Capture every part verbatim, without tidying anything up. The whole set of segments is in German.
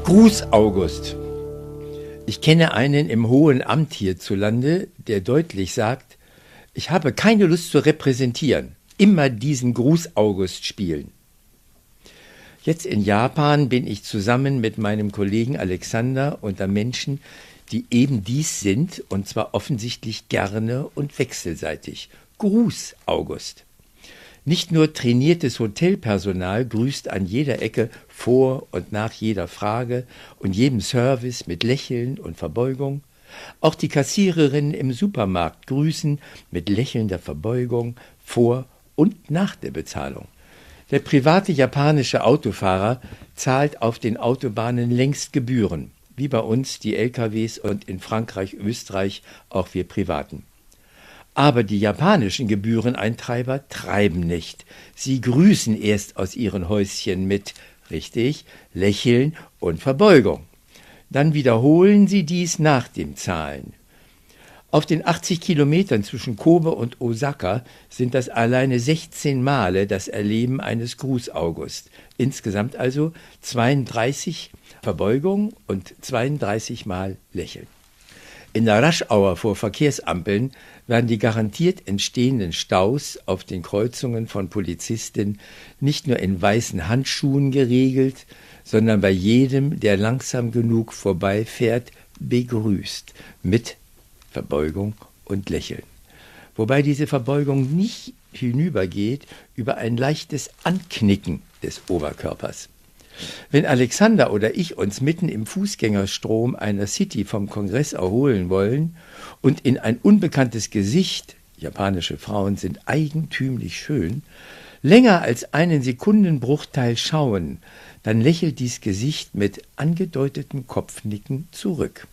Gruß August. Ich kenne einen im hohen Amt hierzulande, der deutlich sagt, ich habe keine Lust zu repräsentieren, immer diesen Gruß August spielen. Jetzt in Japan bin ich zusammen mit meinem Kollegen Alexander unter Menschen, die eben dies sind, und zwar offensichtlich gerne und wechselseitig. Gruß August. Nicht nur trainiertes Hotelpersonal grüßt an jeder Ecke vor und nach jeder Frage und jedem Service mit Lächeln und Verbeugung. Auch die Kassiererinnen im Supermarkt grüßen mit lächelnder Verbeugung vor und nach der Bezahlung. Der private japanische Autofahrer zahlt auf den Autobahnen längst Gebühren, wie bei uns die L K Ws und in Frankreich, Österreich auch wir Privaten. Aber die japanischen Gebühreneintreiber treiben nicht. Sie grüßen erst aus ihren Häuschen mit, richtig, Lächeln und Verbeugung. Dann wiederholen sie dies nach dem Zahlen. Auf den achtzig Kilometern zwischen Kobe und Osaka sind das alleine sechzehn Male das Erleben eines Gruß August. Insgesamt also zweiunddreißig Verbeugung und zweiunddreißig Mal Lächeln. In der Rush-Hour vor Verkehrsampeln werden die garantiert entstehenden Staus auf den Kreuzungen von Polizisten nicht nur in weißen Handschuhen geregelt, sondern bei jedem, der langsam genug vorbeifährt, begrüßt mit Verbeugung und Lächeln. Wobei diese Verbeugung nicht hinübergeht über ein leichtes Anknicken des Oberkörpers. Wenn Alexander oder ich uns mitten im Fußgängerstrom einer City vom Kongress erholen wollen und in ein unbekanntes Gesicht, japanische Frauen sind eigentümlich schön, länger als einen Sekundenbruchteil schauen, dann lächelt dies Gesicht mit angedeutetem Kopfnicken zurück.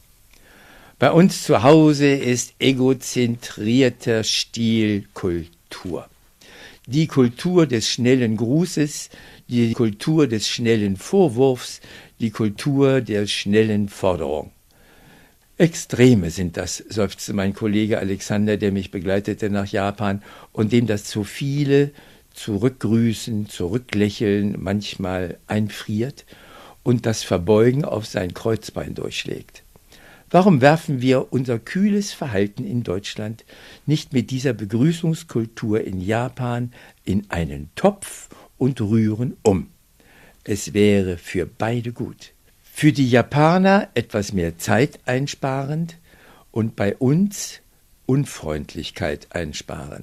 Bei uns zu Hause ist egozentrierter Stil Kultur. Die Kultur des schnellen Grußes, die Kultur des schnellen Vorwurfs, die Kultur der schnellen Forderung. Extreme sind das, seufzte mein Kollege Alexander, der mich begleitete nach Japan und dem das zu viele Zurückgrüßen, Zurücklächeln manchmal einfriert und das Verbeugen auf sein Kreuzbein durchschlägt. Warum werfen wir unser kühles Verhalten in Deutschland nicht mit dieser Begrüßungskultur in Japan in einen Topf und rühren um? Es wäre für beide gut. Für die Japaner etwas mehr Zeit einsparend und bei uns Unfreundlichkeit einsparend.